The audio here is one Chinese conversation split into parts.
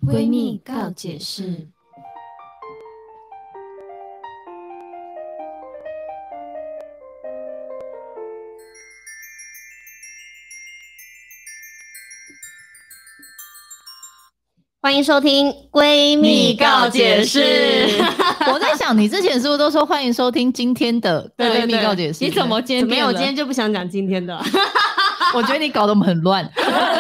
闺蜜告解室。 欢迎收听闺蜜告解室。 我在想，你之前是不是都说欢迎收听今天的闺蜜告解室？ 你怎么今天没有？今天就不想讲今天的。 我觉得你搞得我们很乱。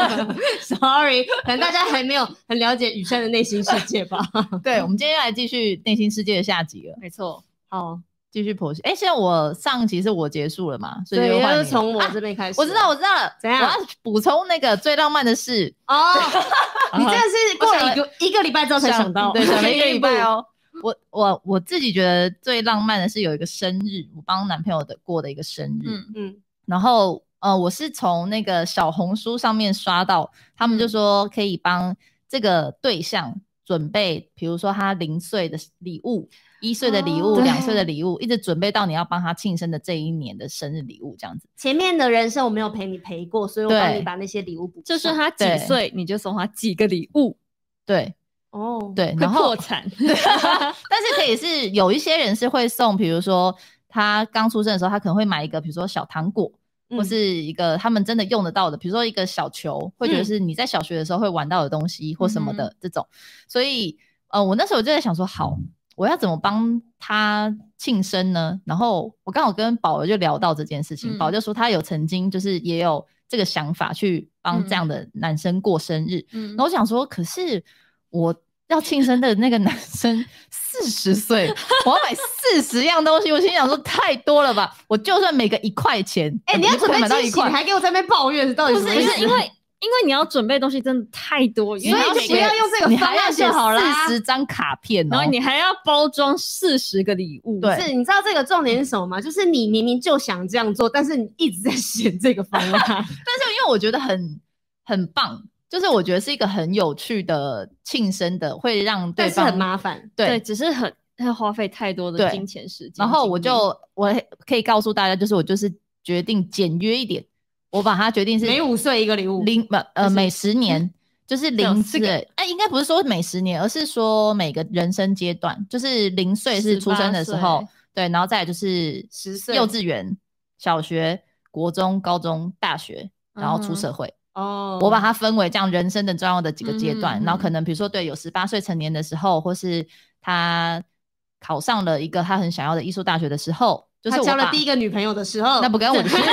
Sorry， 可能大家还没有很了解雨珊的内心世界吧。 对，我们今天要来继续内心世界的下集了。 没错， 好， 继续剖析。现在我上集是我结束了嘛，所以对， 就是从我这边开始。 我知道了。 怎样？ 我要补充那个最浪漫的事。 哦，你真的是过了一个礼拜之后才想到， 对，想了一个礼拜哦。我自己觉得最浪漫的是有一个生日，我帮男朋友过的一个生日。然后我是从那个小红书上面刷到，他们就说可以帮这个对象准备，比如说他0岁的礼物、1岁的礼物、2岁的礼物，一直准备到你要帮他庆生的这一年的生日礼物这样子。 前面的人生我没有陪你陪过，所以我帮你把那些礼物补上。 就是他几岁你就送他几个礼物。 对。 哦， 对， 然后会破产。 但是可以是有一些人是会送，比如说他刚出生的时候，他可能会买一个，比如说小糖果，或是一个他们真的用得到的，比如说一个小球，会觉得是你在小学的时候会玩到的东西或什么的这种。所以我那时候就在想说，好，我要怎么帮他庆生呢？然后我刚好跟宝儿就聊到这件事情，宝儿就说他有曾经就是也有这个想法去帮这样的男生过生日。然后我想说，可是我要庆生的那个男生40岁，我要买40样东西，我心想说太多了吧？我就算每个1块钱， 你要准备惊喜，你还给我在那边抱怨，到底是什么意思？ 不是因为你要准备东西真的太多， 所以就不要用这个方案就好啦。 40张卡片， 然后你还要包装40个礼物。 对， 是，你知道这个重点是什么吗？就是你明明就想这样做，但是你一直在选这个方案。但是因为我觉得很棒。就是我觉得是一个很有趣的庆生的，会让对方， 但是很麻烦， 对，只是要花费太多的金钱时间。 然后我可以告诉大家，就是我就是决定简约一点，我把它决定是每5岁一个礼物， 每10年，就是0岁，应该不是说每10年，而是说每个人生阶段，就是0岁是出生的时候，对，然后再来就是 10岁幼稚园、小学、国中、高中、大学，然后出社会。我把它分为这样人生的重要的几个阶段，然后可能比如说对有18岁成年的时候，或是他考上了一个他很想要的艺术大学的时候，就是他交了第一个女朋友的时候， 那不跟我的事。这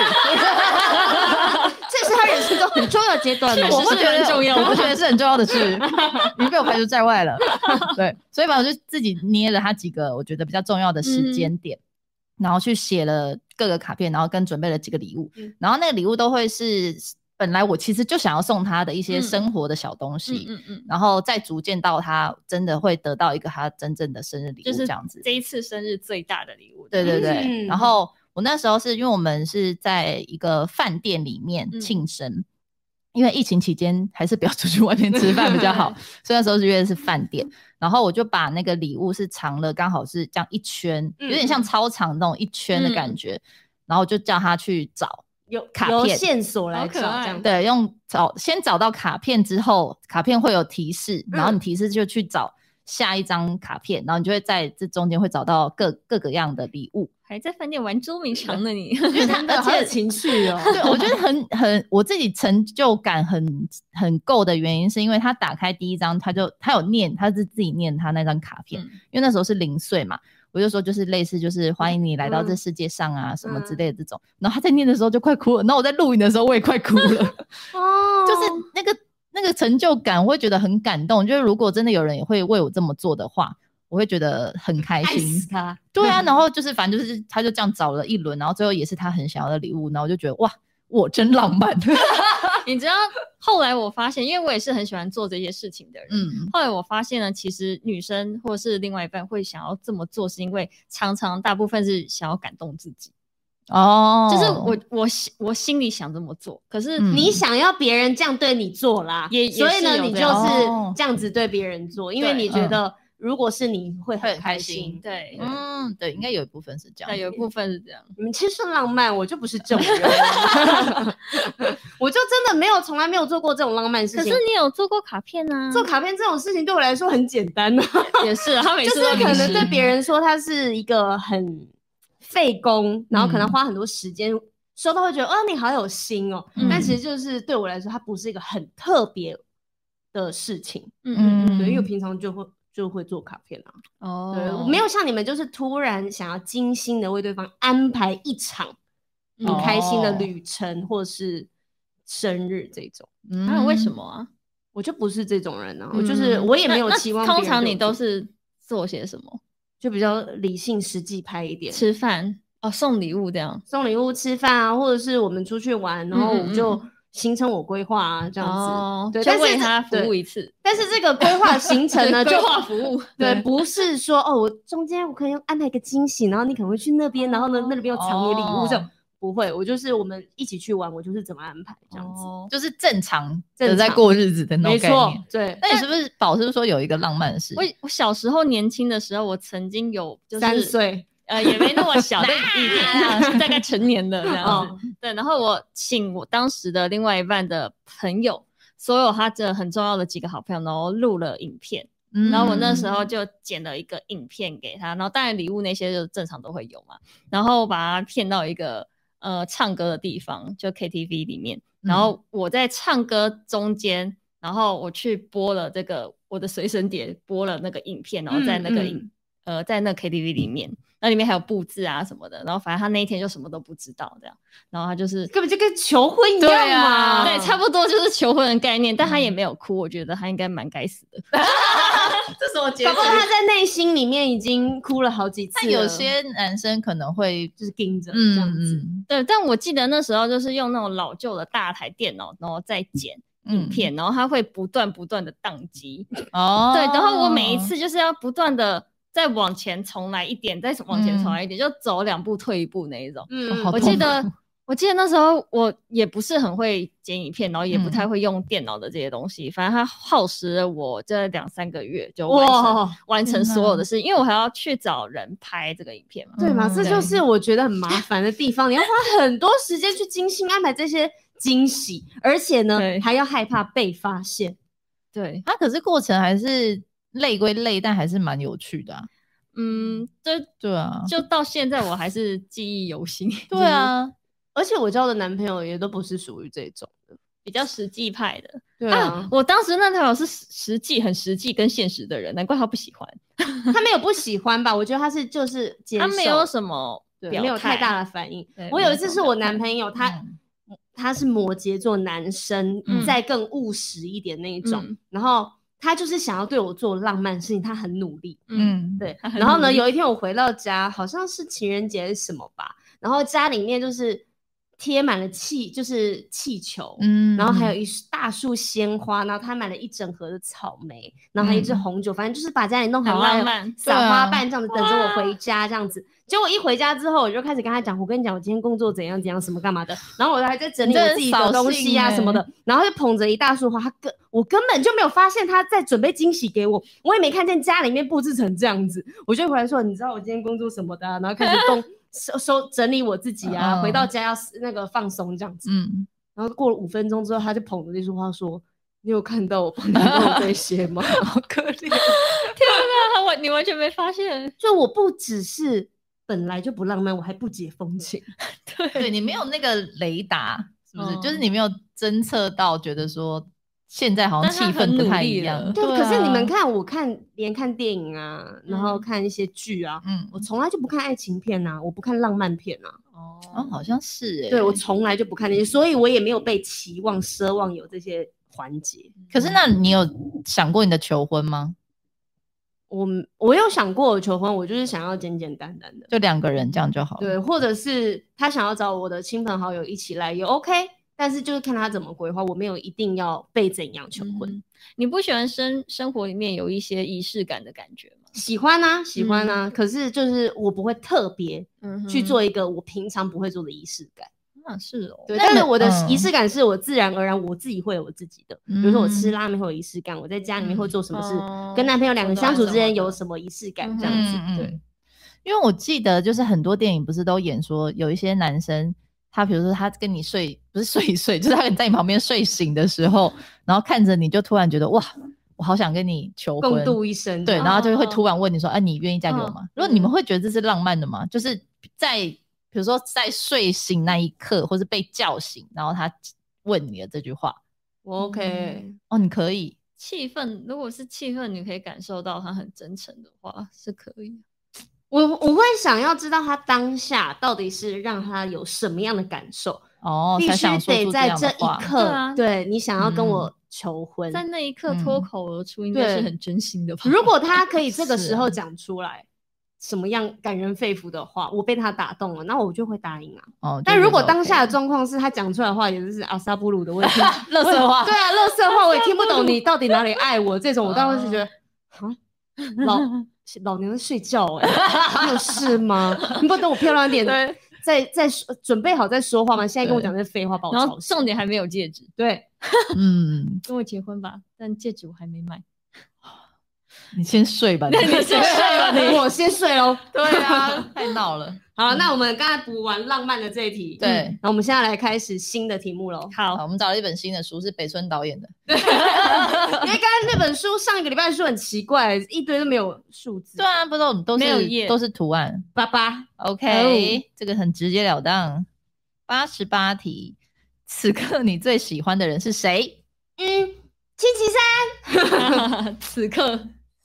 是他人生中很重要的阶段。 我不觉得很重要，我不觉得是很重要的事，你被我排除在外了。对，所以吧，我就自己捏了他几个我觉得比较重要的时间点，然后去写了各个卡片，然后跟准备了几个礼物，然后那个礼物都会是本来我其实就想要送他的一些生活的小东西，然后再逐渐到他真的会得到一个他真正的生日礼物，这样子， 这一次生日最大的礼物。 对对对。然后我那时候是因为我们是在一个饭店里面庆生，因为疫情期间还是不要出去外面吃饭比较好，所以那时候是约的是饭店。然后我就把那个礼物是藏了，刚好是这样一圈，有点像操场那种一圈的感觉，然后就叫他去找。卡片有线索来找，这样对，先找到卡片之后，卡片会有提示，然后你提示就去找下一张卡片，然后你就会在这中间会找到各个样的礼物。 还在饭店玩捉迷藏呢你， 因为他而且有情绪哦。 对，我觉得我自己成就感很够的原因，是因为他打开第一张，他有念，他是自己念他那张卡片，因为那时候是0岁嘛。我就说就是类似就是欢迎你来到这世界上啊什么之类的这种，然后他在念的时候就快哭了，然后我在录影的时候我也快哭了。就是那个成就感我会觉得很感动，就是如果真的有人也会为我这么做的话，我会觉得很开心。 爱死他。 对啊，然后就是反正就是他就这样找了一轮，然后最后也是他很想要的礼物，然后我就觉得哇，我真浪漫。 你知道后来我发现，因为我也是很喜欢做这些事情的人，后来我发现呢，其实女生或是另外一半会想要这么做，是因为常常大部分是想要感动自己。就是我心里想这么做，可是你想要别人这样对你做啦，所以呢你就是这样子对别人做，因为你觉得如果是你会很开心。 对， 对，应该有一部分是这样， 对，有一部分是这样。 你们其实浪漫，我就不是这种人，我就真的从来没有做过这种浪漫事情。 可是你有做过卡片啊？ 做卡片这种事情对我来说很简单啊， 也是，他每次就是可能都临时对别人说它是一个很费工，然后可能花很多时间。收到会觉得你好有心哦，但其实就是对我来说，它不是一个很特别的事情。对，因为我平常就会做卡片啊。对，我没有像你们就是突然想要精心的为对方安排一场很开心的旅程或是生日这种。 为什么啊？ 我就不是这种人啊，我也没有期望别人。 通常你都是做些什么？ 就比较理性实际派一点， 吃饭送礼物这样， 送礼物吃饭啊，或者是我们出去玩，然后我就行程我规划啊，这样子，对， 就为他服务一次。 但是这个规划行程呢， 规划服务， 对，不是说我中间我可能安排一个惊喜，然后你可能会去那边，然后呢那边有藏你礼物这种。不会，我就是我们一起去玩，我就是怎么安排这样子， 就是正常的在过日子的那种概念。 没错，对。 那你是不是宝是不是说有一个浪漫的事？ 我小时候年轻的时候，我曾经有就是 3岁。 也没那么小，大概成年了这样子。对，然后我请我当时的另外一半的朋友，所有他的很重要的几个好朋友，然后录了影片。然后我那时候就剪了一个影片给他，然后当然礼物那些就正常都会有嘛。然后我把他骗到一个唱歌的地方，就 KTV 里面。然后我在唱歌中间，然后我去播了这个我的随身碟，播了那个影片，然后在那个在那个 KTV 里面。那里面还有布置啊什么的，然后反正他那一天就什么都不知道这样，然后他就是根本就跟求婚一样嘛， 对，差不多就是求婚的概念，但他也没有哭，我觉得他应该蛮该死的。 这是我结局。 包括他在内心里面已经哭了好几次了。 但有些男生可能会就是盯着这样子， 对。但我记得那时候就是用那种老旧的大台电脑，然后再剪影片，然后他会不断的宕机。对，然后我每一次就是要不断的。再往前重来一点，再往前重来一点，就走2步退1步那一种。我记得那时候我也不是很会剪影片，然后也不太会用电脑的这些东西。反正它耗时了我这2-3个月就完成所有的事，因为我还要去找人拍这个影片嘛。 对嘛，这就是我觉得很麻烦的地方，你要花很多时间去精心安排这些惊喜，而且呢还要害怕被发现。 对， 可是过程还是累归累，但还是蛮有趣的啊。 对啊， 就到现在我还是记忆犹新。 对啊， 而且我交的男朋友也都不是属于这种的， 比较实际派的。 对啊， 我当时那男朋友是很实际跟现实的人，难怪他不喜欢。 他没有不喜欢吧？我觉得他是就是接受， 他没有什么没有太大的反应。我有一次是我男朋友，他是摩羯座男生，再更务实一点那一种，然后他就是想要对我做浪漫事情，他很努力，对。然后呢，有一天我回到家，好像是情人节还是什么吧，然后家里面就是贴满了气球，然后还有一大束鲜花，然后他买了一整盒的草莓，然后还有一支红酒，反正就是把家里弄很浪漫， 撒花瓣这样子，等着我回家这样子。结果一回家之后，我就开始跟他讲，我跟你讲，我今天工作怎样怎样，什么干嘛的，然后我还在整理我自己的东西啊什么的，然后就捧着一大束花，我根本就没有发现他在准备惊喜给我，我也没看见家里面布置成这样子，我就回来说，你知道我今天工作什么的，然后开始整理我自己啊，回到家要那个放松这样子，然后过了5分钟之后，他就捧着这束花说，你有看到我帮你弄这些吗？好可怜，天哪，你完全没发现， 就我不只是本来就不浪漫，我还不解风情。 对，你没有那个雷达，是不是？就是你没有侦测到，觉得说现在好像气氛不太一样。 对，可是你们看，我连看电影啊，然后看一些剧啊，我从来就不看爱情片啊，我不看浪漫片啊。 好像是对，我从来就不看那些，所以我也没有被期望、奢望有这些环节。 可是那你有想过你的求婚吗？ 我有想过我求婚，我就是想要简简单单的， 就2个人这样就好了。 对，或者是他想要找我的亲朋好友一起来也 OK， 但是就是看他怎么规划，我没有一定要被怎样求婚。 你不喜欢生活里面有一些仪式感的感觉吗？ 喜欢啊，可是就是我不会特别去做一个我平常不会做的仪式感。 是哦。 对，但是我的仪式感是我自然而然我自己会有我自己的，比如说我吃拉面会有仪式感，我在家里面会做什么事，跟男朋友2个相处之间有什么仪式感这样子。对， 因为我记得就是很多电影不是都演说有一些男生，他比如说他跟你睡，不是睡一睡，就是他在你旁边睡醒的时候，然后看着你就突然觉得哇，我好想跟你求婚， 共度一生。 对，然后就会突然问你说，你愿意嫁给我吗？如果你们会觉得这是浪漫的吗？就是在比如说在睡醒那一刻，或是被叫醒，然后他问你的这句话， 我 OK。 你可以。 气氛，如果是气氛，你可以感受到他很真诚的话，是可以。 我会想要知道他当下到底是让他有什么样的感受必须得在这一刻，对你想要跟我求婚， 在那一刻脱口而出，应该是很真心的吧？ 如果他可以这个时候讲出来什么样感人肺腑的话，我被他打动了，那我就会答应啊。但如果当下的状况是他讲出来的话，也就是阿萨布鲁的问题， 垃圾话， 对啊，垃圾话，我也听不懂你到底哪里爱我，这种我当然是觉得老娘在睡觉你有事吗？你不等我漂亮点再准备好再说话吗？现在跟我讲这废话把我吵醒。 然后重点还没有戒指， 对， 跟我结婚吧，但戒指我还没买。 你先睡吧， 你先睡吧，我先睡咯。 对啊，太闹了。 好，那我们刚才补完浪漫的这一题， 对， 然后我们现在来开始新的题目咯。 好，我们找了一本新的书，是北村导演的。 因为刚才那本书上一个礼拜的书很奇怪，一堆都没有数字。 对啊，不知道都是图案。 88 OK，这个很直截了当。88题，此刻你最喜欢的人是谁？ 七七三。此刻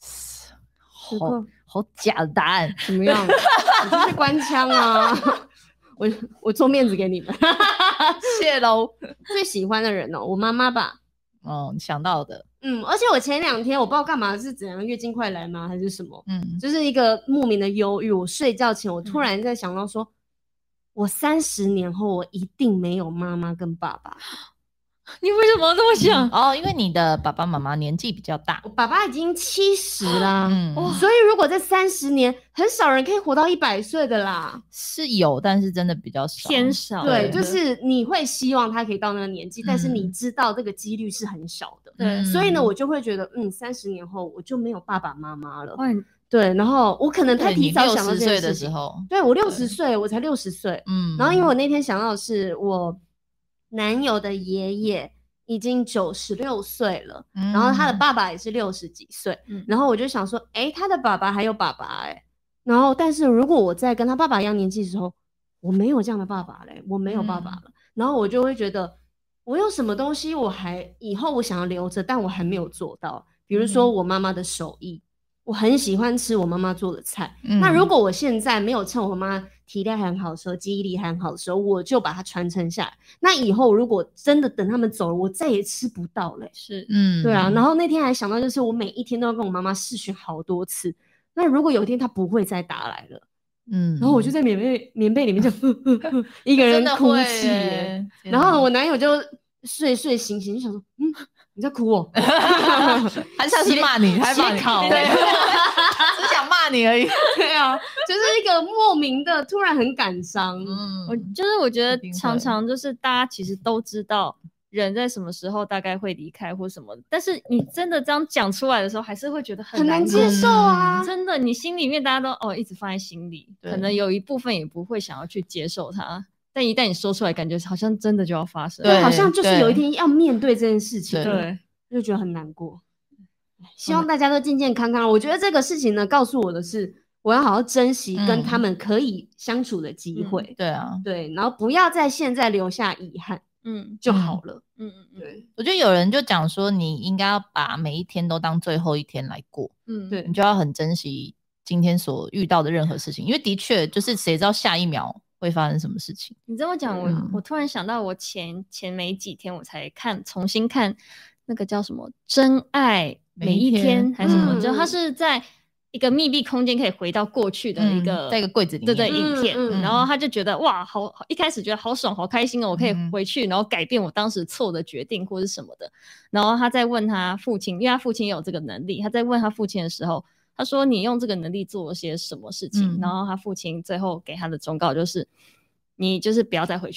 好假的答案， 怎么样？你就是官腔啊！我做面子给你们， 谢喽。 最喜欢的人我妈妈吧。 你想到的。 而且我前2天我不知道干嘛，是怎样月经快来吗还是什么？就是一个莫名的忧郁。我睡觉前我突然在想到说，我30年后我一定没有妈妈跟爸爸。 你为什么这么想？ 因为你的爸爸妈妈年纪比较大， 我爸爸已经70啦，所以如果在30年，很少人可以活到100岁的啦。 是有，但是真的比较少， 偏少。 对，就是你会希望他可以到那个年纪，但是你知道这个几率是很小的。对，所以呢，我就会觉得，30年后我就没有爸爸妈妈了。对，然后我可能太提早想到这件事情。 60岁的时候， 对，我60岁，我才60岁。然后因为我那天想到的是我男友的爷爷已经96岁了，然后他的爸爸也是60几岁，然后我就想说，他的爸爸还有爸爸然后但是如果我在跟他爸爸一样年纪的时候，我没有这样的爸爸我没有爸爸了，然后我就会觉得我有什么东西以后我想要留着，但我还没有做到，比如说我妈妈的手艺。我很喜欢吃我妈妈做的菜，那如果我现在没有趁我妈体力还很好的时候，记忆力还很好的时候，我就把它传承下来，那以后如果真的等他们走了，我再也吃不到是对啊。然后那天还想到，就是我每一天都要跟我妈妈视讯好多次，那如果有一天她不会再打来了，然后我就在棉被里面就一个人哭泣然后我男友就睡醒就想说你在哭还是他是骂你，还骂你，对，只想骂你而已。 对啊，就是一个莫名的突然很感伤。 我觉得常常就是大家其实都知道人在什么时候大概会离开或什么，但是你真的这样讲出来的时候，还是会觉得很难接受啊。 真的，你心里面大家都一直放在心里，可能有一部分也不会想要去接受它。但一旦你说出来，感觉好像真的就要发生， 对，好像就是有一天要面对这件事情， 对， 就觉得很难过。希望大家都健健康康。我觉得这个事情呢，告诉我的是，我要好好珍惜跟他们可以相处的机会。 对啊， 对，然后不要在现在留下遗憾，就好了。 对，我觉得有人就讲说，你应该要把每一天都当最后一天来过。 对， 你就要很珍惜今天所遇到的任何事情，因为的确就是谁知道下一秒会发生什么事情。 你这么讲，我突然想到，我前没几天我才重新看那个叫什么《真爱每一天》还是什么，就它是在一个密闭空间可以回到过去的一个， 在一个柜子里面， 对影片，然后他就觉得哇，好，一开始觉得好爽好开心我可以回去然后改变我当时错的决定或是什么的。然后他在问他父亲，因为他父亲也有这个能力，他在问他父亲的时候，他说你用这个能力做了些什么事情，然后他父亲最后给他的忠告就是你就是不要再回去了，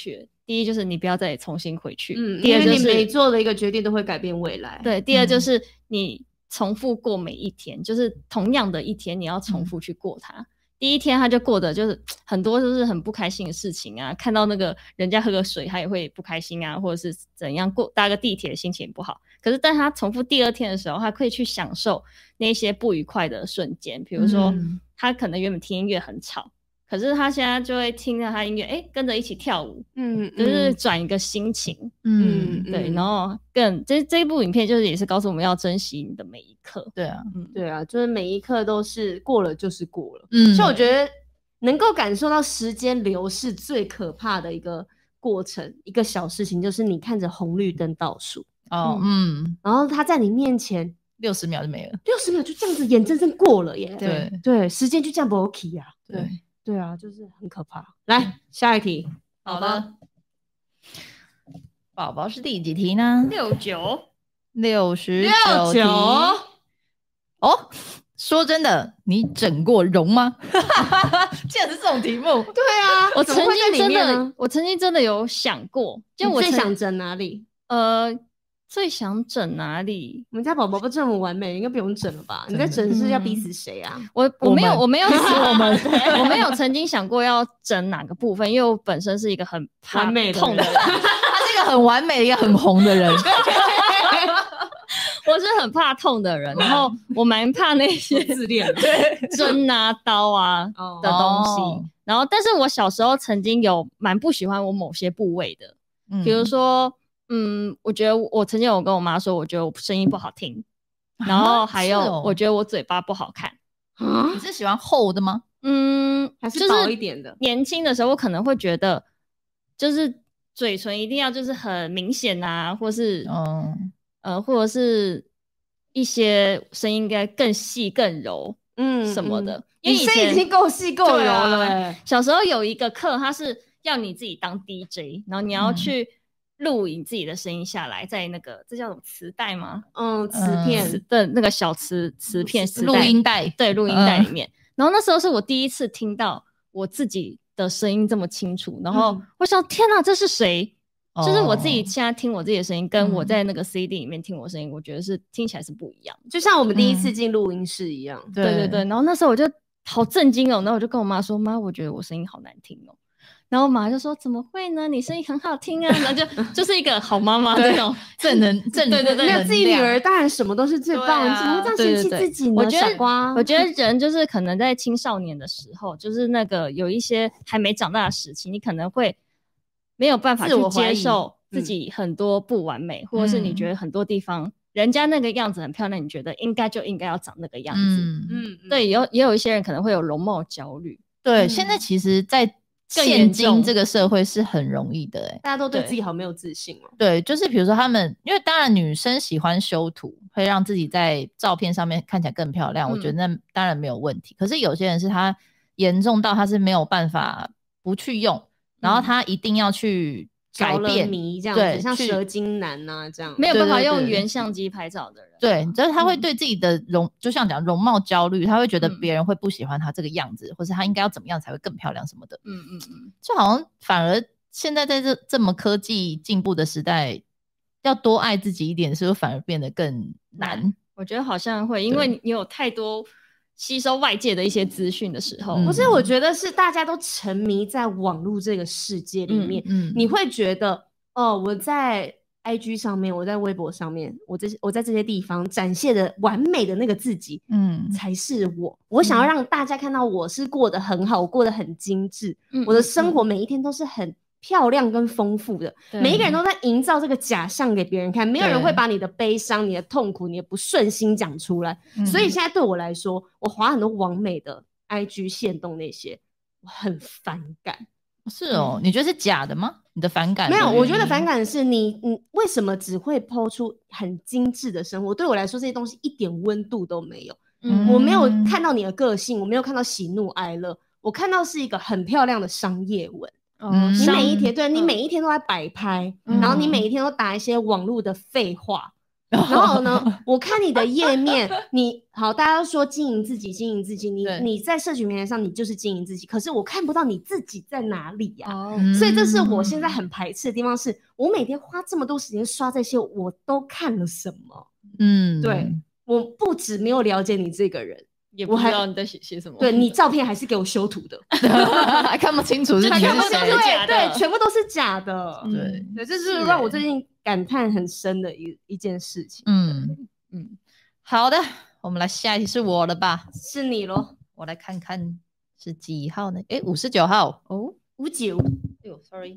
第一就是你不要再重新回去， 第二就是因为你每做的一个决定都会改变未来。 对，第二就是你重复过每一天，就是同样的一天你要重复去过它。第一天他就过得就是很多就是很不开心的事情啊，看到那个人家喝个水他也会不开心啊，或者是怎样搭个地铁心情不好。可是但他重复第二天的时候，他可以去享受那些不愉快的瞬间，比如说他可能原本听音乐很吵，可是他现在就会听着他音乐，跟着一起跳舞，就是转一个心情，对，然后这一部影片就是也是告诉我们要珍惜你的每一刻， 对啊， 对啊，就是每一刻都是过了就是过了，所以我觉得能够感受到时间流逝最可怕的一个过程，一个小事情就是你看着红绿灯倒数，然后他在你面前 60秒就没了 ，60秒就这样子眼睁睁过了耶，对，时间就这样不 OK 啊，对啊，就是很可怕。来，下一题。 好的，宝宝是第几题呢？69题。哦，说真的，你整过容吗？竟然是这种题目。 对啊， 我曾经真的有想过，就我最想整哪里？ 最想整哪里？ 我们家宝宝不这么完美，应该不用整了吧？你在整是要逼死谁啊？ 我没有我没有曾经想过要整哪个部分，因为我本身是一个很怕痛的人， 他是一个很完美的一个很红的人。 我是很怕痛的人，然后我蛮怕那些自恋针啊刀啊的东西，然后但是我小时候曾经有蛮不喜欢我某些部位的，比如说我觉得我曾经有跟我妈说，我觉得我声音不好听，然后还有我觉得我嘴巴不好看。 你是喜欢厚的吗？ 还是薄一点的？ 就是年轻的时候我可能会觉得，就是嘴唇一定要就是很明显啊，或是或者是一些声音应该更细更柔什么的。因为你声音已经够细够柔了小时候有一个课，它是要你自己当 DJ， 然后你要去录影自己的声音下来，在那个这叫什么磁带吗？ 磁片的那个小磁片录音带， 对，录音带里面。然后那时候是我第一次听到我自己的声音这么清楚，然后我想天哪，这是谁？就是我自己现在听我自己的声音，跟我在那个 CD 里面听我声音，我觉得是听起来是不一样， 就像我们第一次进录音室一样。 对。然后那时候我就好震惊哦，然后我就跟我妈说：“妈，我觉得我声音好难听哦。”然后我妈就说：“怎么会呢？你声音很好听啊！”然后就是一个好妈妈这种正能对， 那自己女儿当然什么都是最棒的，怎么会这样嫌弃自己呢？傻瓜！ 我觉得人就是可能在青少年的时候，就是那个有一些还没长大的时期，你可能会没有办法去接受自己很多不完美，或者是你觉得很多地方人家那个样子很漂亮，你觉得应该就应该要长那个样子。对，也有一些人可能会有容貌焦虑。 对，现在其实在现今这个社会是很容易的大家都对自己好没有自信哦。 对，就是比如说他们，因为当然女生喜欢修图，会让自己在照片上面看起来更漂亮，我觉得那当然没有问题。可是有些人是他严重到他是没有办法不去用，然后他一定要去改变迷这样子，像蛇精男啊这样， 没有办法用原相机拍照的人， 对，就是他会对自己的就像讲容貌焦虑，他会觉得别人会不喜欢他这个样子，或是他应该要怎么样才会更漂亮什么的。就好像反而现在在这么科技进步的时代，要多爱自己一点，是不是反而变得更难？ 我觉得好像会，因为你有太多吸收外界的一些资讯的时候， 不是，我觉得是大家都沉迷在网络这个世界里面，你会觉得我在 IG 上面，我在微博上面，我在这些地方展现的完美的那个自己，才是我想要让大家看到我是过得很好，我过得很精致，我的生活每一天都是很漂亮跟丰富的，每一个人都在营造这个假象给别人看，没有人会把你的悲伤、你的痛苦、你的不顺心讲出来。所以现在对我来说，我滑很多完美的 IG 限动那些，我很反感。 是哦，你觉得是假的吗？你的反感？ 没有，我觉得反感是你为什么只会 po 出很精致的生活？对我来说，这些东西一点温度都没有。我没有看到你的个性，我没有看到喜怒哀乐，我看到是一个很漂亮的商业文。你每一天，对，你每一天都在摆拍，然后你每一天都打一些网络的废话， 然后呢，我看你的页面，你好，大家都说经营自己，你在社群平台上你就是经营自己，可是我看不到你自己在哪里呀、所以这是我现在很排斥的地方，是我每天花这么多时间刷这些，我都看了什么？对，我不止没有了解你这个人。 也不知道你在写什么， 对，你照片还是给我修图的， 还看不清楚是你是谁， 对，全部都是假的， 对， 这是让我最近感叹很深的一件事情。 好的，我们来下一题是我的吧？ 是你咯， 我来看看是几号呢？59号哦，59， 哎呦 ，sorry，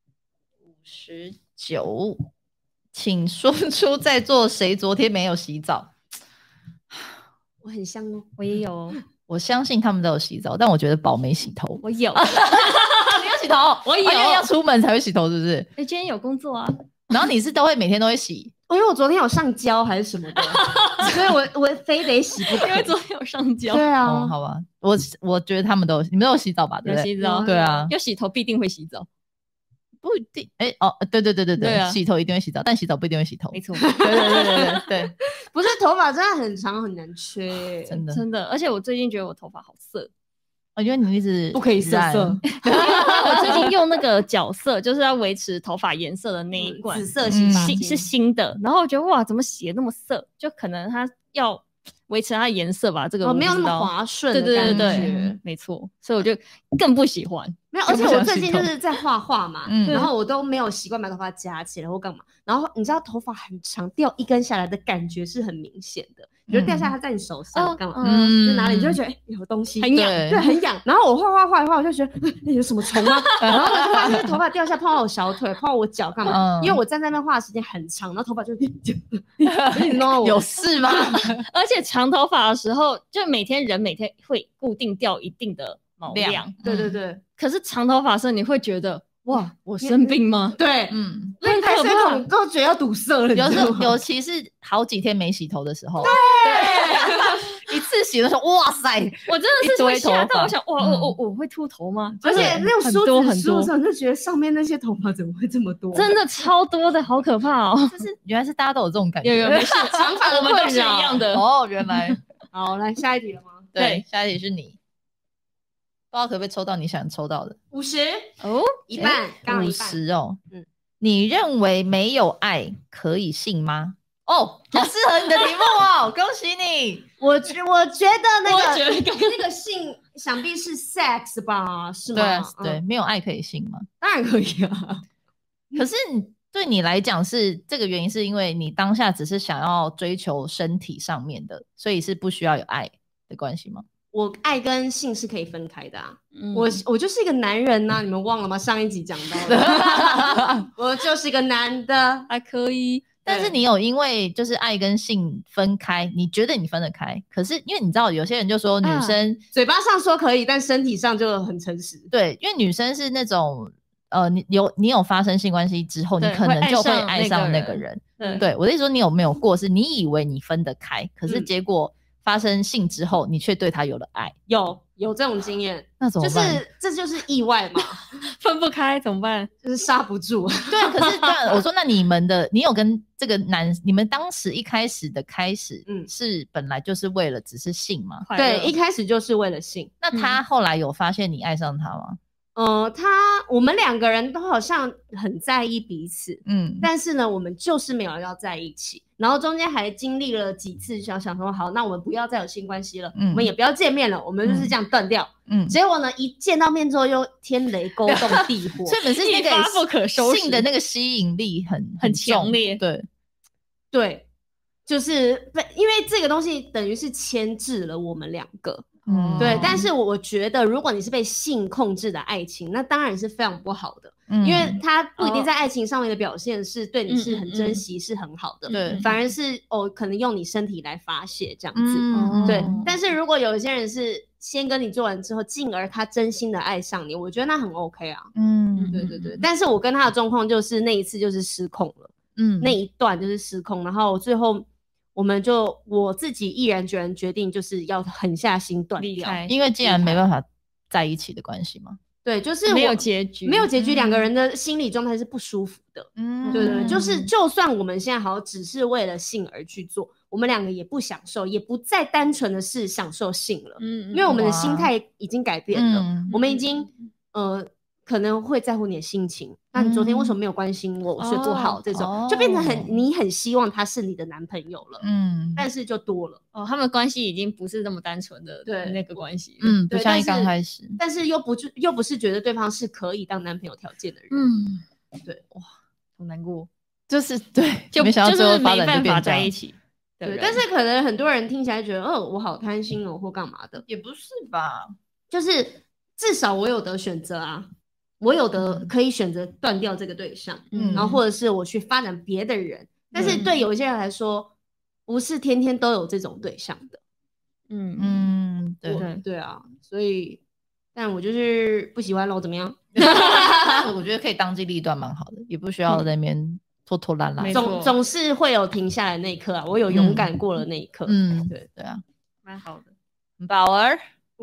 59，请说出在座谁昨天没有洗澡。 我很像哦， 我也有， 我相信他们都有洗澡，但我觉得宝没洗头。 我有， 你有洗头？ 我有， 因为要出门才会洗头，是不是？ 今天有工作啊。 然后你是每天都会洗？ 因为我昨天有上胶还是什么的，所以我非得洗不可。 因为昨天有上胶。 对啊， 好吧，我觉得他们你们都有洗澡吧？对不对？ 有洗澡， 对啊， 要洗头必定会洗澡。 不一定，对、啊，洗头一定会洗澡，但洗澡不一定会洗头。 没错， 对，不是头发真的很长很难吹， 真的，而且我最近觉得我头发好色， 我觉得你一直不可以色， 我最近用那个角色，就是要维持头发颜色的那一罐紫色洗发精是新的，然后我觉得哇，怎么洗那么色？就可能它要维持它的颜色吧，这个没有那么滑顺的感觉， 对，没错，所以我就更不喜欢。 没有，而且我最近就是在画画嘛，然后我都没有习惯把头发夹起来或干嘛，然后你知道头发很长掉一根下来的感觉是很明显的，比如掉下来它在你手上干嘛，在哪里你就会觉得有东西很痒， 对，很痒。然后我画一画，我就觉得有什么虫吗？然后我就发现头发掉下碰到我小腿，碰到我脚干嘛？因为我站在那边画的时间很长，然后头发就有事吗？ 而且长头发的时候，就每天会固定掉一定的毛量， 对。 可是长头发时你会觉得哇，我生病吗？ 对，那排水孔都觉得要堵塞了， 尤其是好几天没洗头的时候，对，一次洗的时候，哇塞， 我真的是会吓到，我想哇，我会秃头吗？ 而且那种梳子梳上就觉得上面那些头发怎么会这么多？ 真的超多的，好可怕哦！ 就是原来是大家都有这种感觉， 有没事，长发我们都是一样的哦，原来。 好，来下一题了吗？ 对，下一题是你。不知道可不可以抽到你想抽到的 50哦，一半，刚好一半 50哦。你认为没有爱可以性吗？哦，好适合你的题目哦，恭喜你。 我觉得那个性想必是 sex 吧，是吗？ 对，没有爱可以性吗？ 当然可以啊。 可是对你来讲是这个原因，是因为你当下只是想要追求身体上面的，所以是不需要有爱的关系吗？ 我爱跟性是可以分开的啊，我就是一个男人啊，你们忘了吗？上一集讲到的，我就是一个男的， 还可以。 但是你有因为就是爱跟性分开，你觉得你分得开，可是因为你知道有些人就说女生嘴巴上说可以，但身体上就很诚实。 对，因为女生是那种你有发生性关系之后，你可能就会爱上那个人。对，我的意思说你有没有过是你以为你分得开，可是结果发生性之后，你却对他有了爱？ 有这种经验， 那怎么办？ 这就是意外嘛， 分不开怎么办？ 就是刹不住。 对，可是我说那你有跟这个你们当时一开始的开始，是本来就是为了只是性吗？ 对，一开始就是为了性。 那他后来有发现你爱上他吗？ 我们两个人都好像很在意彼此，但是呢，我们就是没有要在一起，然后中间还经历了几次想说，好，那我们不要再有性关系了，我们也不要见面了，我们就是这样断掉，结果呢，一见到面之后又天雷勾动地火， 所以本身那个不可收拾， 性的那个吸引力很强烈， 对，就是因为这个东西等于是牵制了我们两个。对，但是我觉得如果你是被性控制的爱情，那当然是非常不好的，因为他不一定在爱情上面的表现是对你是很珍惜，是很好的， 对， 反而是可能用你身体来发泄这样子，对。但是如果有一些人是先跟你做完之后，进而他真心的爱上你，我觉得那很 OK 啊，对。但是我跟他的状况就是那一次就是失控了，那一段就是失控，然后最后。我自己毅然决定就是要狠下心断掉， 因为既然没办法在一起的关系嘛。 对，就是没有结局， 没有结局，两个人的心理状态是不舒服的。对对，就是就算我们现在好只是为了性而去做，我们两个也不享受，也不再单纯的是享受性了。因为我们的心态已经改变了，我们已经可能会在乎你的心情。那你昨天为什么没有关心我？我睡不好，这种就变成你很希望他是你的男朋友了。但是就多了他们关系已经不是那么单纯的那个关系。 不像一刚开始， 但是又不是觉得对方是可以当男朋友条件的人。对， 哇，好难过， 就是对， 就没想到最后发展就没办法变这样在一起。 对，但是可能很多人听起来觉得，我好贪心哦，或干嘛的， 也不是吧？ 就是至少我有得选择啊。我有的可以选择断掉这个对象，然后或者是我去发展别的人，但是对有一些人来说，不是天天都有这种对象的。对啊，所以，但我就是不喜欢咯，怎么样？ 我觉得可以当机立断蛮好的，也不需要在那边拖拖拉拉。 总是会有停下来那一刻啊，我有勇敢过了那一刻。 对啊， 蛮好的。 宝儿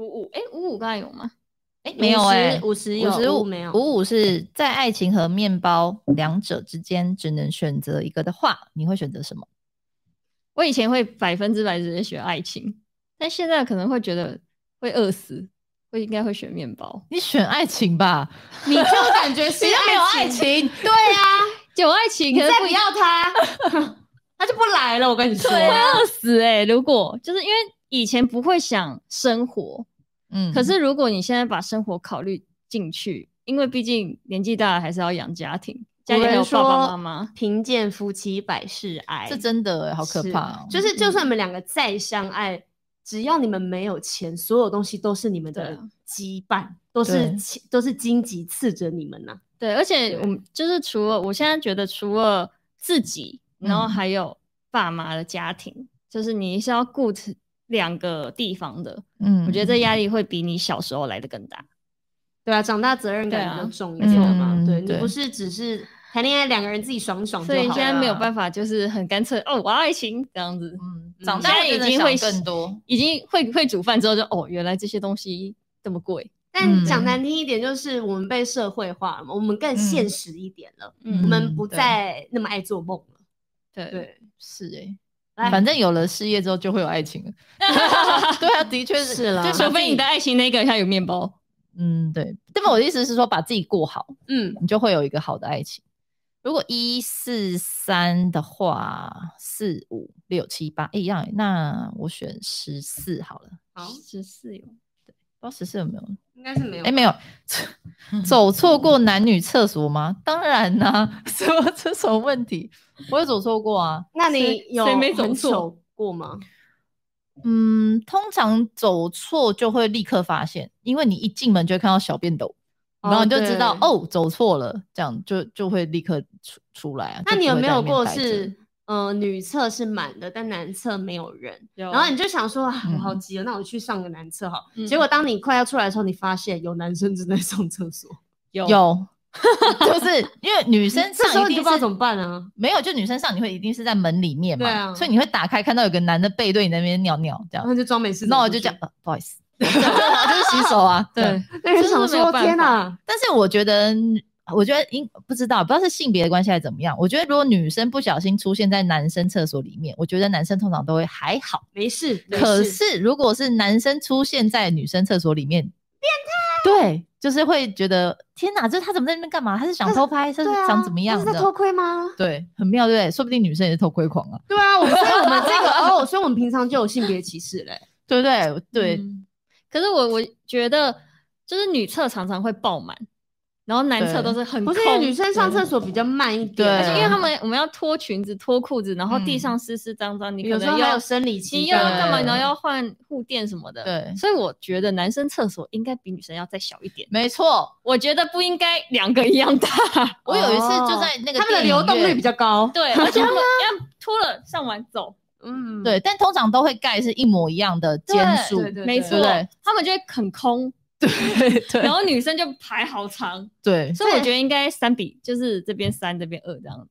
55刚才有吗？ 没有 50有，55没有。 55是在爱情和面包两者之间只能选择一个的话，你会选择什么？ 我以前会100%直接选爱情，但现在可能会觉得会饿死，应该会选面包。 你选爱情吧， 你就感觉是没有爱情。 对啊， 有爱情，可是再不要他，他就不来了。我跟你说， 会饿死如果就是因为以前不会想生活。可是如果你现在把生活考虑进去，因为毕竟年纪大了还是要养家庭，家里还有爸爸妈妈。 贫贱夫妻百事哀， 这真的好可怕。 就是就算你们两个再相爱，只要你们没有钱，所有东西都是你们的羁绊，都是荆棘刺着你们啊。 对，而且我们就是我现在觉得除了自己，然后还有爸妈的家庭，就是你是要顾2个地方的。我觉得这压力会比你小时候来的更大。 对啊，长大责任感比较重一点嘛。对，你不是只是谈恋爱2个人自己爽爽就好了。 所以现在没有办法就是很干脆我要爱情这样子。 长大已经会更多， 已经会煮饭之后就原来这些东西这么贵。 但讲难听一点，就是我们被社会化了嘛，我们更现实一点了。我们不再那么爱做梦了。对， 是反正有了事业之后就会有爱情了。对啊，的确是啦， 就除非你的爱情那个像有面包。 对。但我的意思是说，把自己过好，你就会有一个好的爱情。如果1、4、3的话，4、5、6、7、8一样，那我选14好了。 好，14有， 对，不知道14有没有？ 应该是没有。 没有。走错过男女厕所吗？当然啦，这什么问题？我有走错过啊。 那你有没走错过吗？ 通常走错就会立刻发现，因为你一进门就会看到小便斗，然后你就知道走错了，这样就会立刻出来啊。 那你有没有过是女厕是满的，但男厕没有人，然后你就想说我好急了，那我去上个男厕好。结果当你快要出来的时候，你发现有男生正在上厕所。 有就是因为女生上这时候你就不知道怎么办啊。 没有，就女生上你会一定是在门里面嘛，所以你会打开看到有个男的背对你那边尿尿，这样然后就装没事。 那我就讲不好意思，就是洗手啊。对， 那就想说天哪。 但是我觉得不知道是性别的关系还是怎么样。我觉得如果女生不小心出现在男生厕所里面，我觉得男生通常都会还好， 没事。 可是如果是男生出现在女生厕所里面，变态。对，就是会觉得天哪，他怎么在那边干嘛？他是想偷拍，他是想怎么样？ 他是在偷窥吗？ 对，很妙，对不对？说不定女生也是偷窥狂啊。 对啊，所以我们这个所以我们平常就有性别歧视嘞， 对不对？对。 可是我觉得就是女厕常常会爆满，然后男厕都是很空。 不是因为女生上厕所比较慢一点， 而且因为我们要脱裙子、脱裤子，然后地上湿湿脏脏，你可能还有生理期， 你又要干嘛？然后要换护垫什么的。 对， 所以我觉得男生厕所应该比女生要再小一点。 没错， 我觉得不应该2个一样大。 我有一次就在那个他们的流动率比较高， 对，而且他们要脱了上完走。 对，但通常都会盖是一模一样的间数， 没错，他们就会很空。对，然后女生就排好长。 对， 所以我觉得应该3比，就是这边3这边2这样。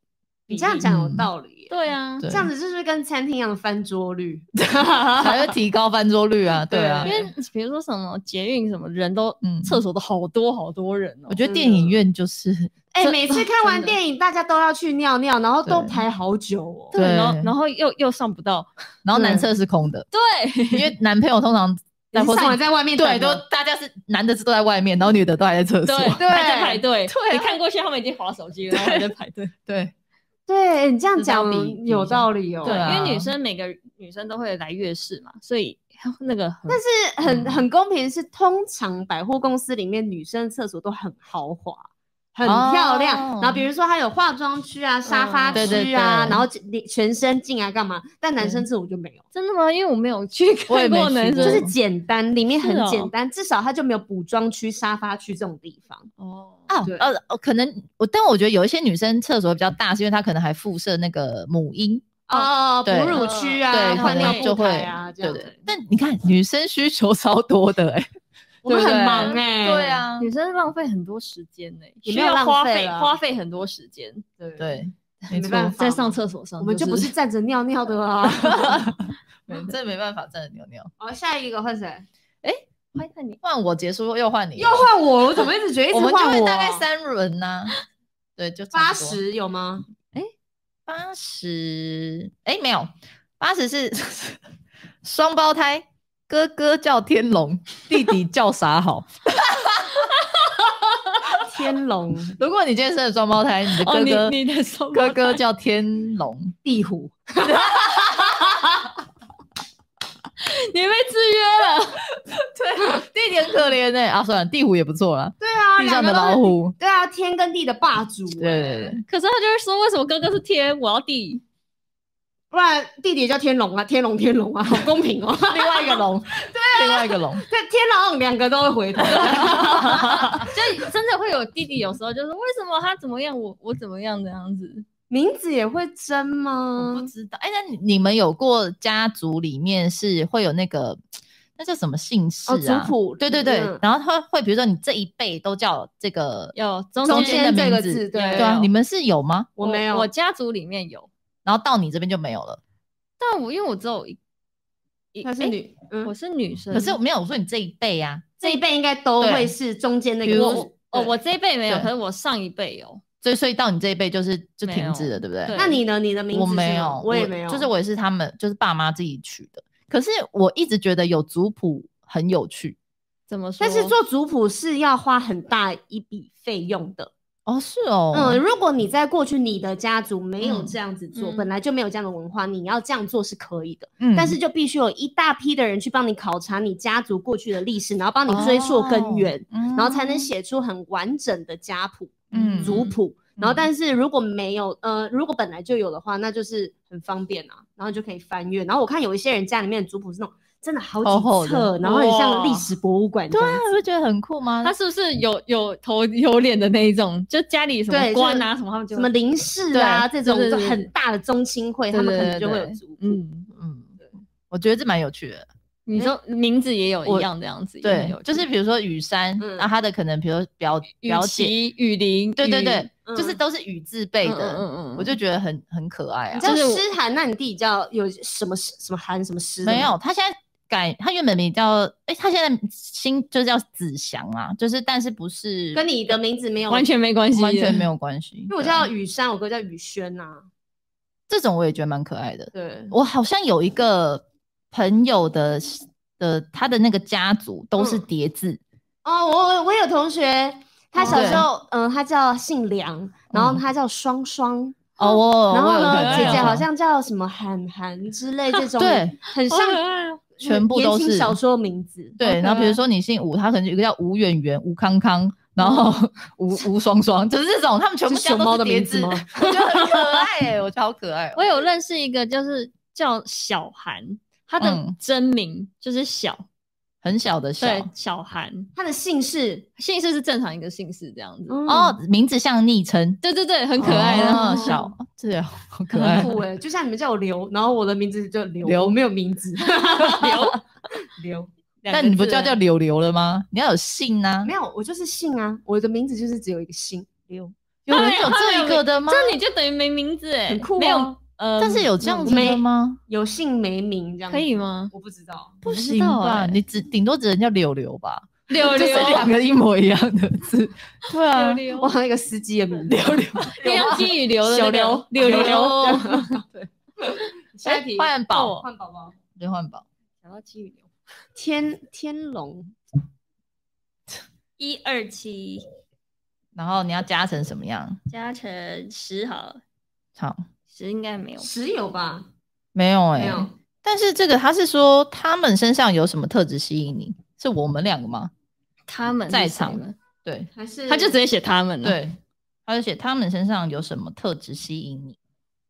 你这样讲有道理。 对啊， 这样子就是跟餐厅一样的翻桌率， 才会提高翻桌率啊。对啊， 因为比如说什么捷运什么人都厕所都好多人哦。 我觉得电影院就是每次看完电影大家都要去尿尿，然后都排好久哦。 对，然后又上不到， 然后男厕是空的。对，因为男朋友通常上完在外面， 对，都大家是男的都在外面，然后女的都还在厕所， 对，还在排队。对，你看过去他们已经滑手机了，然后还在排队。 对，你这样讲有道理哦。 对，因为每个女生都会来月事嘛，所以那个但是很公平是，通常百货公司里面女生厕所都很豪华。很漂亮，然后比如说它有化妆区啊、沙发区啊，然后全身镜啊干嘛？但男生厕所就没有。 真的吗？因为我没有去看过男生， 就是简单，里面很简单，至少它就没有补妆区、沙发区这种地方。 可能但我觉得有一些女生厕所比较大，是因为她可能还附设那个母婴哺乳区啊， 对， 换尿布台啊，这样。 对。但你看女生需求超多的我们很忙对啊， 女生浪费很多时间也没有花费很多时间。 对， 没办法， 在上厕所上， 我们就不是站着尿尿的啊。 这没办法站着尿尿。 好，下一个换谁？ 换你， 换我结束又换你， 又换我，我怎么一直觉得一直换我？ 我们就会大概3轮呐。对，就 80有吗 ？80没有，80是双胞胎。哥哥叫天龙，弟弟叫啥好？ 天龙。 如果你今天生了双胞胎，你的哥哥， 你的双胞胎哥哥叫天龙， 地虎。 你被制约了。 对，弟弟很可怜算了，地虎也不错啦。 对啊， 地上的老虎。 对啊，天跟地的霸主。 对。 可是他就会说，为什么哥哥是天，我要地？ 不然弟弟也叫天龙啊，天龙啊，好公平哦。 另外一个龙，对啊，另外一个龙， 对，天龙2个都会回头。 就真的会有弟弟，有时候就是为什么他怎么样，我怎么样这样子。 名字也会争吗？ 我不知道。那你们有过家族里面是会有那个那叫什么姓氏啊？ 族谱。 对。然后他会比如说你这一辈都叫这个有中间的这个字， 对啊，你们是有吗？ 我没有， 我家族里面有。 然后到你这边就没有了， 但因为我只有她是我是女生， 可是没有我说你这一辈啊， 这一辈应该都会是中间那个我这一辈没有，可是我上一辈有， 所以到你这一辈就停止了，对不对？ 那你呢？你的名字我没有， 我也没有， 就是我也是他们就是爸妈自己取的。可是我一直觉得有族谱很有趣， 怎么说？ 但是做族谱是要花很大一笔费用的。 是哦。 如果你在过去你的家族没有这样子做，本来就没有这样的文化，你要这样做是可以的。但是就必须有一大批的人去帮你考察你家族过去的历史，然后帮你追溯根源，然后才能写出很完整的家谱、族谱。然后但是如果没有如果本来就有的话，那就是很方便啊，然后就可以翻阅。然后我看有一些人家里面的族谱是那种真的好几册，然后很像历史博物馆。 对啊，你不觉得很酷吗？ 他是不是有头有脸的那一种？就家里什么官啊什么，他们就什么林氏啊这种就很大的宗亲会，他们可能就会有族谱。 我觉得这蛮有趣的。 你说名字也有一样的样子， 对，就是比如说雨山，那他的可能比如说表姐雨林， 对，就是都是雨字辈的，我就觉得很可爱啊。 你叫诗涵，那你弟叫有什么涵什么诗？ 没有，他现在改，他原本名叫他现在就叫子祥啊，就是但是不是跟你的名字没有完全没关系， 完全没有关系。 因为我叫雨山，我哥叫雨轩啊， 这种我也觉得蛮可爱的。 对， 我好像有一个朋友的他的那个家族都是叠字。 我有同学，他小时候他叫姓梁，然后他叫双双。然后呢，姐姐好像叫什么涵之类这种， 对， 很像全部都是小说名字。 对，然后比如说你姓吴，他可能有一个叫吴圆圆、吴康康，然后吴双双，就是这种，他们全部家都是叠字，我觉得很可爱我觉得好可爱。 我有认识一个，就是叫小涵，他的真名就是小。 很小的小， 对，小涵， 他的姓氏是正常一个姓氏这样子。 名字像昵称， 对，很可爱的。 小，这样好可爱， 很酷就像你们叫我刘，然后我的名字就刘，我没有名字。刘， 但你不叫柳了吗？你要有姓啊。 没有，我就是姓啊，我的名字就是只有一个姓刘。 有人有这一个的吗？ 这你就等于没名字哎， 很酷啊。 没有但是有这样子的吗？ 有姓没名这样可以吗？ 我不知道， 不行吧？你顶多只能叫柳柳吧？ 柳柳就是2个一模一样的字。对啊， 我好像一个司机的名字， 柳柳， 像金与流的那个柳柳。 对，下一题换宝， 换宝宝， 对，换宝。 想到金与流， 天龙 127， 然后你要加成什么样？ 加成10好了。 好 ，10应该没有 ，10有吧？ 没有没有。 但是这个他是说他们身上有什么特质吸引你？是我们2个吗？ 他们在场的，对， 还是他就直接写他们了。 对，他就写他们身上有什么特质吸引你？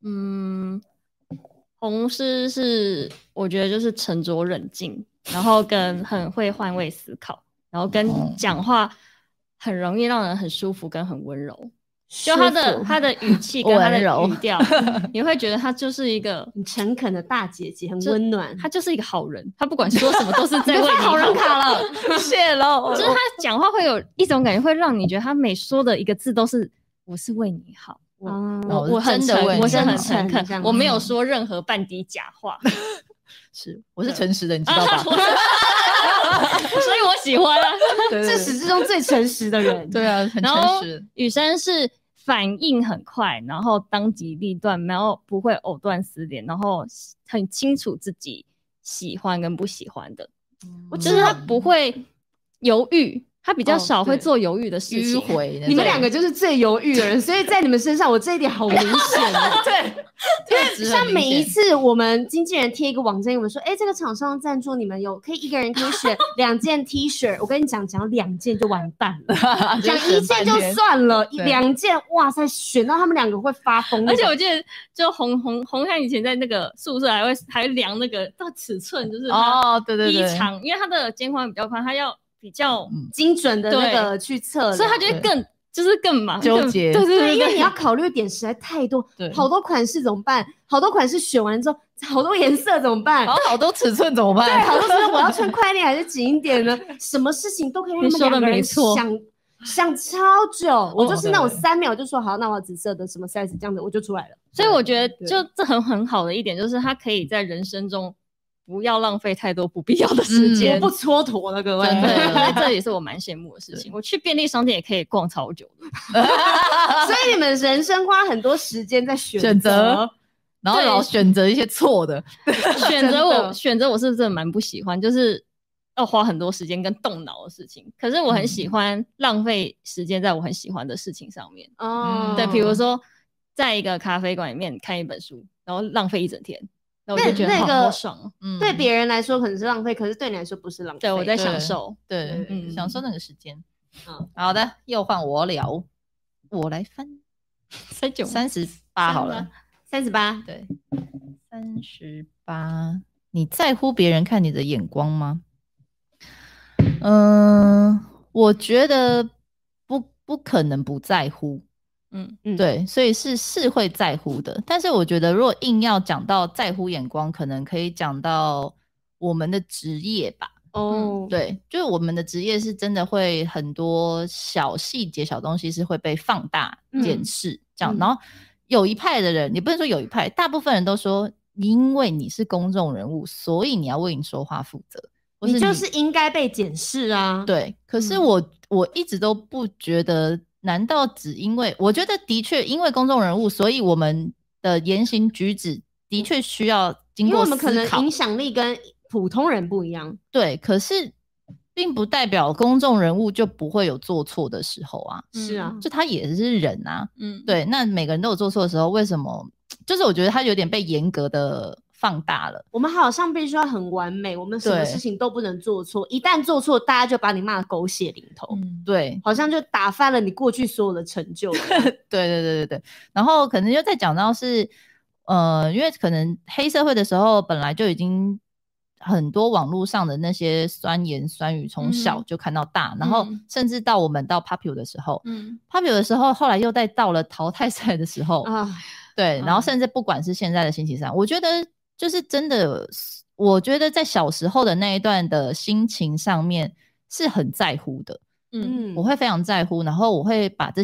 红师是我觉得就是沉着冷静，然后跟很会换位思考，然后跟讲话很容易让人很舒服跟很温柔。就他的语气跟他的语调，你会觉得他就是一个很诚恳的大姐姐，很温暖。 他就是一个好人，他不管说什么都是在为你好人卡了， 谢喽。 就是他讲话会有一种感觉，会让你觉得他每说的一个字都是我是为你好，我很诚，我是很诚恳，我没有说任何半滴假话。 是，我是诚实的，你知道吧？ 所以我喜欢啊， 自始至终最诚实的人。 对啊，很诚实。 雨珊是反应很快，然后当机立断，然后不会藕断丝连，然后很清楚自己喜欢跟不喜欢的。就是他不会犹豫，他比较少会做犹豫的事情。 迂回， 你们2个就是最犹豫的人，所以在你们身上，我这一点好明显哦。 对， 因为像每一次我们经纪人贴一个网站，我们说，这个厂商赞助你们可以一个人可以选2件 T 恤，我跟你讲2件就完蛋了，讲1件就算了，2件，哇塞，选到他们2个会发疯。 而且我记得，就红汉以前在那个宿舍还量那个尺寸，就是对衣长，因为他的肩宽比较宽，他要比较精准的那个去测， 所以他就会更忙纠结。 对，因为你要考虑点实在太多，好多款式怎么办？好多款式选完之后，好多颜色怎么办？ 好多尺寸怎么办？ 对，好多尺寸我要穿快一点还是紧一点呢？什么事情都可以让他们2个人想超久。我就是那种3秒就说好，那我要紫色的什么 size 这样子我就出来了。 所以我觉得就这很好的一点就是他可以在人生中不要浪费太多不必要的时间， 不蹉跎了各位。 对，这也是我蛮羡慕的事情。我去便利商店也可以逛超久的， 所以你们人生花很多时间在选择， 然后老选择一些错的。 选择我是真的蛮不喜欢，就是要花很多时间跟动脑的事情。可是我很喜欢浪费时间在我很喜欢的事情上面。对，比如说在一个咖啡馆里面看一本书，然后浪费1整天。我就觉得好爽。 对别人来说可能是浪费，可是对你来说不是浪费。 对，我在享受， 对，享受那个时间。好的，又换我聊，我来翻38好了 ，38， 对，38。你在乎别人看你的眼光吗？我觉得不可能不在乎。对，所以是会在乎的。但是我觉得如果硬要讲到在乎眼光，可能可以讲到我们的职业吧。对，就是我们的职业是真的会很多小细节小东西是会被放大检视这样。然后有一派的人，也不能说有一派，大部分人都说因为你是公众人物，所以你要为你说话负责， 你就是应该被检视啊。 对，可是我一直都不觉得，难道只因为我觉得的确因为公众人物，所以我们的言行举止的确需要经过思考， 因为我们可能影响力跟普通人不一样。 对，可是并不代表公众人物就不会有做错的时候啊。 是啊， 就他也是人啊。对，那每个人都有做错的时候，为什么？就是我觉得他有点被严格的放大了。 我们好像必须要很完美，我们什么事情都不能做错，一旦做错，大家就把你骂得狗血淋头。 对， 好像就打翻了你过去所有的成就。 对。然后可能就再讲到是，因为可能黑社会的时候本来就已经很多网络上的那些酸言酸语从小就看到大，然后甚至到我们到 Popular 的时候，Popular 的时候，后来又再到了淘汰赛的时候，对，然后甚至不管是现在的星期三，我觉得就是真的，我觉得在小时候的那一段的心情上面是很在乎的。我会非常在乎，然后我会把这些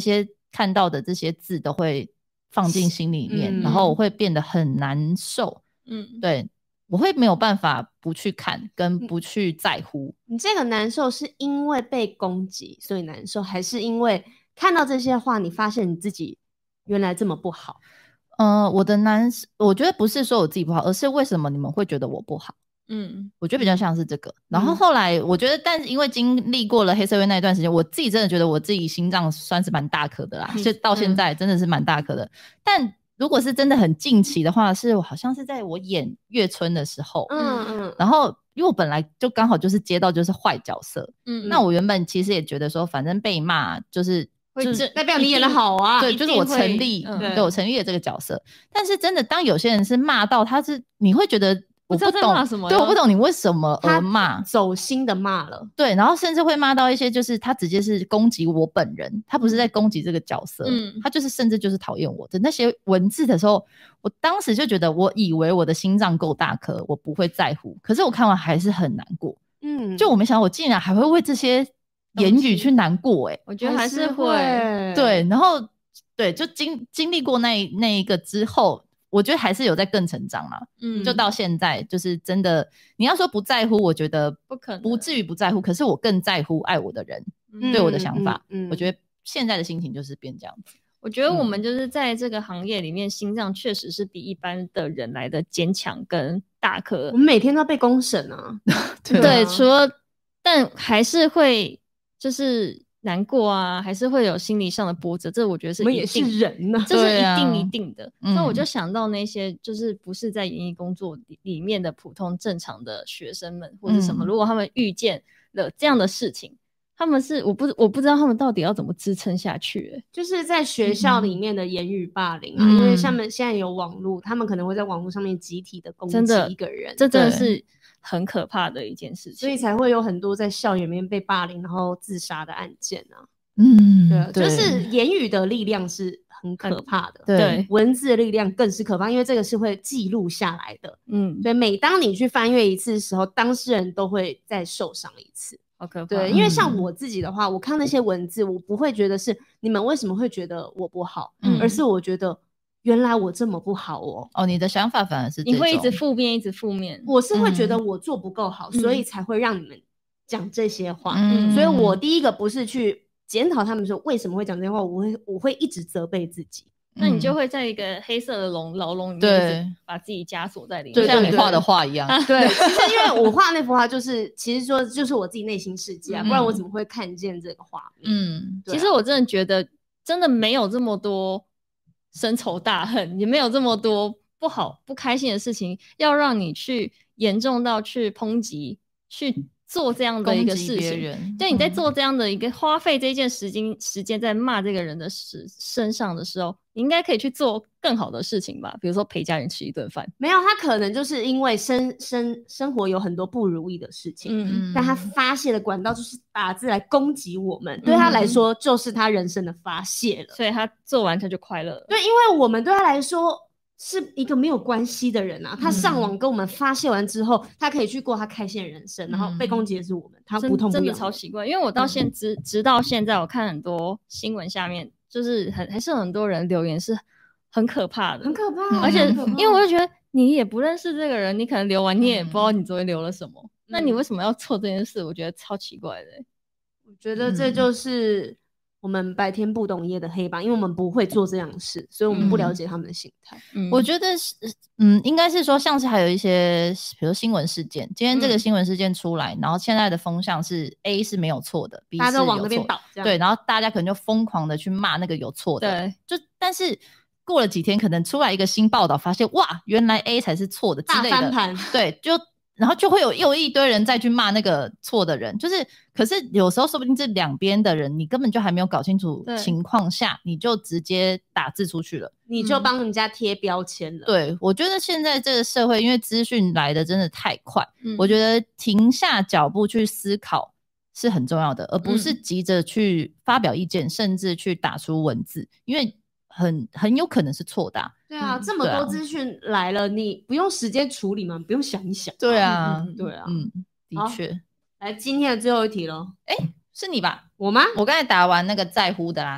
看到的这些字都会放进心里面，然后我会变得很难受。对，我会没有办法不去看跟不去在乎。 你这个难受是因为被攻击所以难受，还是因为看到这些话你发现你自己原来这么不好？ 我觉得不是说我自己不好，而是为什么你们会觉得我不好。我觉得比较像是这个。然后后来我觉得，但是因为经历过了黑社会那一段时间，我自己真的觉得我自己心脏算是蛮大颗的啦，就到现在真的是蛮大颗的。但如果是真的很近期的话，是我好像是在我演月春的时候，然后因为我本来就刚好就是接到就是坏角色，那我原本其实也觉得说，反正被骂就是代表你演得好啊， 对，就是我成立，对我成立了这个角色。但是真的，当有些人是骂到你会觉得我不懂什么， 对，我不懂你为什么而骂， 走心的骂了， 对，然后甚至会骂到一些就是他直接是攻击我本人，他不是在攻击这个角色，他就是甚至就是讨厌我的那些文字的时候，我当时就觉得我以为我的心脏够大颗，我不会在乎，可是我看完还是很难过，就我没想到我竟然还会为这些言语去难过， 我觉得还是会， 对，然后对，就经历过那一个之后，我觉得还是有在更成长啦，就到现在就是真的，你要说不在乎，我觉得不可能， 不至于不在乎，可是我更在乎爱我的人对我的想法，我觉得现在的心情就是变这样子。 我觉得我们就是在这个行业里面，心脏确实是比一般的人来的坚强跟大颗。 我们每天都要被公审啊， 对，除了但还是会就是难过啊，还是会有心理上的波折，这我觉得是一定， 我们也是人啊， 这是一定的。那我就想到那些就是不是在演艺工作里面的普通正常的学生们或是什么，如果他们遇见了这样的事情，他们是我不知道他们到底要怎么支撑下去， 就是在学校里面的言语霸凌啊，因为他们现在有网络，他们可能会在网络上面集体的攻击一个人， 这真的是很可怕的一件事情， 所以才会有很多在校园里面被霸凌然后自杀的案件啊。对，就是言语的力量是很可怕的， 对， 文字的力量更是可怕，因为这个是会记录下来的。所以每当你去翻阅一次的时候，当事人都会再受伤一次。 好可怕。 对，因为像我自己的话，我看那些文字，我不会觉得是你们为什么会觉得我不好，而是我觉得原来我这么不好哦。 你的想法反而是这种， 你会一直负面一直负面， 我是会觉得我做不够好，所以才会让你们讲这些话。所以我第一个不是去检讨他们说为什么会讲这些话，我会一直责备自己。 那你就会在一个黑色的牢笼里面把自己枷锁在里面， 就像你画的画一样。 对，其实因为我画那幅画其实说就是我自己内心世界啊，不然我怎么会看见这个画面？ 其实我真的觉得真的没有这么多深仇大恨，也没有这么多不好不开心的事情要让你去严重到去抨击去做这样的一个事情，就你在做这样的一个花费这件时间在骂这个人的身上的时候，你应该可以去做更好的事情吧，比如说陪家人吃一顿饭。 没有，他可能就是因为生活有很多不如意的事情，但他发泄的管道就是打字来攻击我们，对他来说就是他人生的发泄了， 所以他做完他就快乐了。 对，因为我们对他来说是一个没有关系的人啊，他上网跟我们发泄完之后，他可以去过他开心的人生，然后被攻击的是我们，他不痛不痒， 真的超奇怪。因为我到直到现在，我看很多新闻下面，就是还是很多人留言是很可怕的， 很可怕， 而且因为我就觉得你也不认识这个人，你可能留完你也不知道你昨天留了什么，那你为什么要做这件事？我觉得超奇怪的。 我觉得这就是我们白天不懂夜的黑帮，因为我们不会做这样的事，所以我们不了解他们的心态。 我觉得是，应该是说，像是还有一些，比如新闻事件，今天这个新闻事件出来，然后现在的风向是 A 是没有错的 ，B 是有错的， 大家都往那边倒， 对，然后大家可能就疯狂的去骂那个有错的， 对， 但是过了几天，可能出来一个新报道，发现哇，原来 A 才是错的之类的， 大翻盘， 对，然后就会又一堆人再去骂那个错的人，可是有时候说不定这两边的人，你根本就还没有搞清楚情况下，你就直接打字出去了， 你就帮人家贴标签了。 对，我觉得现在这个社会，因为资讯来的真的太快，我觉得停下脚步去思考是很重要的，而不是急着去发表意见，甚至去打出文字，因为很有可能是错的。 对啊，这么多资讯来了，你不用时间处理吗？不用想一想。 对啊， 对啊， 的确。 来，今天的最后一题咯。 是你吧？ 我吗？ 我刚才打完那个在乎的啦，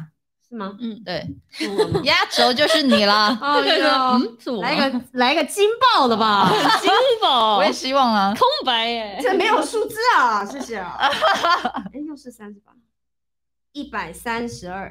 是吗？ 对， 是我吗？ 压轴就是你啦。 哦哟， 是我吗来一个惊爆的吧， 金宝， 我也希望啊。 空白耶， 这没有数字啊，谢谢啊。哎，又是38，132，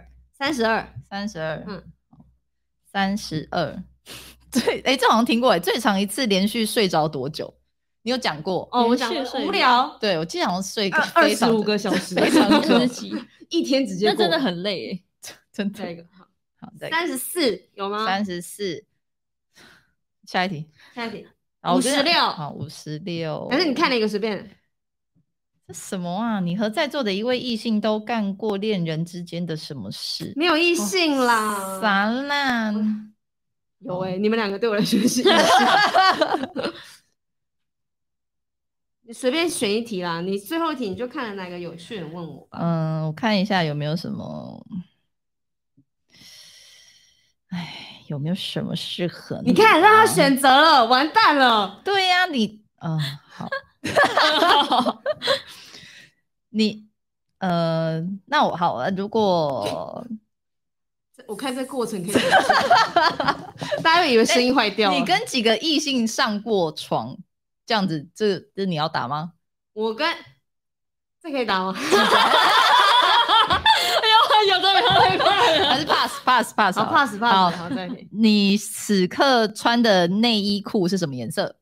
32，32。这好像听过哎。最长一次连续睡着多久？你有讲过？ 哦，我讲无聊。 对，我记得好像睡 25个小时， 非常久， 一天直接过， 那真的很累耶。 真的。 下一个好 ，34有吗 ？34。下一题。 56。 好，56。 还是你看了一个随便？ 这什么啊？你和在座的一位异性都干过恋人之间的什么事？ 没有异性啦。 啥啦？ 有你们两个对我来说是异性。你随便选一题啦，你最后一题你就看了哪个有趣的问我吧。 我看一下有没有什么，有没有什么适合你看让他选择了，完蛋了。 对呀，好。你那我好了，如果我看这过程可以大家会以为声音坏掉了。 你跟几个异性上过床？这样子，这你要打吗？ 这可以打吗？ 有的没的， 还是 pass？ 好 pass。好，再可以。 你此刻穿的内衣裤是什么颜色？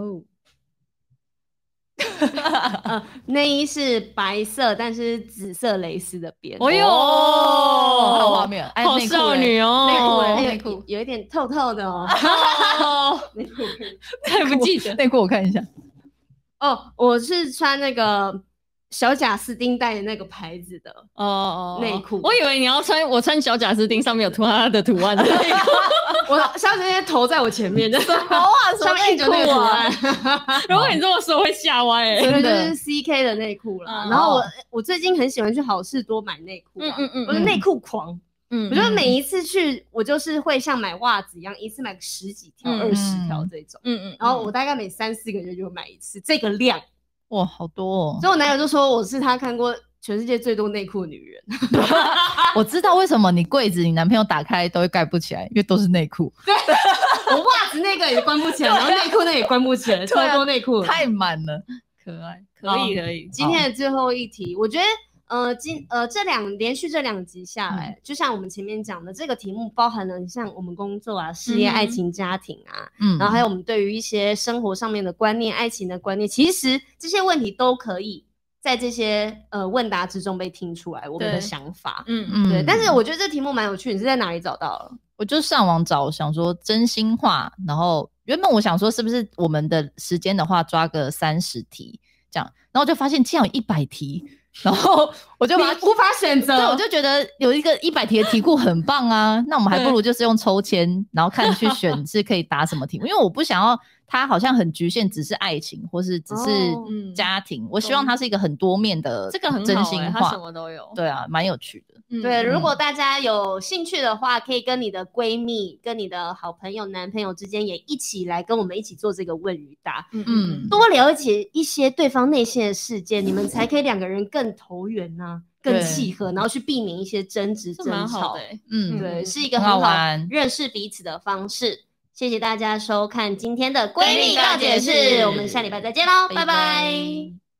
内衣是白色，但是紫色蕾丝的边。 哦哟，好画面， 好少女哦， 内裤有一点透透的哦。内裤还不记得内裤，我看一下。 我是穿那个小贾斯汀带的那个牌子的内裤。 我以为你要我穿小贾斯汀上面有涂他的图案的内裤。 我小贾斯汀头在我前面，什么啊？上面印着那个图案。 如果你这么说会吓歪真的就是 CK 的内裤啦。然后我最近很喜欢去好事多买内裤，我是内裤狂。我觉得每一次去，我就是会像买袜子一样，一次买个10几条、20条这种。然后我大概每3-4个月就买一次，这个量。 哇，好多哦！ 所以我男友就说我是他看过全世界最多内裤的女人。 我知道为什么你柜子你男朋友打开都会盖不起来，因为都是内裤。 对，我袜子那个也关不起来，然后内裤那也关不起来，超多内裤， 太满了。 可爱，可以。 今天的最后一题，我觉得连续这2集下来，就像我们前面讲的，这个题目包含了像我们工作啊、事业、爱情、家庭啊，然后还有我们对于一些生活上面的观念、爱情的观念，其实这些问题都可以在这些问答之中被听出来我们的想法。对。但是我觉得这题目蛮有趣，你是在哪里找到了？ 我就上网找，想说真心话，然后原本我想说是不是我们的时间的话抓个30题这样，然后就发现竟然有100题。然后我就无法选择， 对，我就觉得有一个100题的题库很棒啊，那我们还不如就是用抽签，然后看去选是可以答什么题目，因为我不想要它好像很局限，只是爱情或是只是家庭，我希望它是一个很多面的真心话， 它什么都有。 对啊，蛮有趣的。 对，如果大家有兴趣的话，可以跟你的闺蜜、跟你的好朋友、男朋友之间也一起来跟我们一起做这个问与答，多了解一些对方内心的世界，你们才可以2个人更投缘啊，更契合，然后去避免一些争执争吵。对，是一个很好认识彼此的方式。谢谢大家收看今天的闺蜜告解室，我们下礼拜再见喽，拜拜。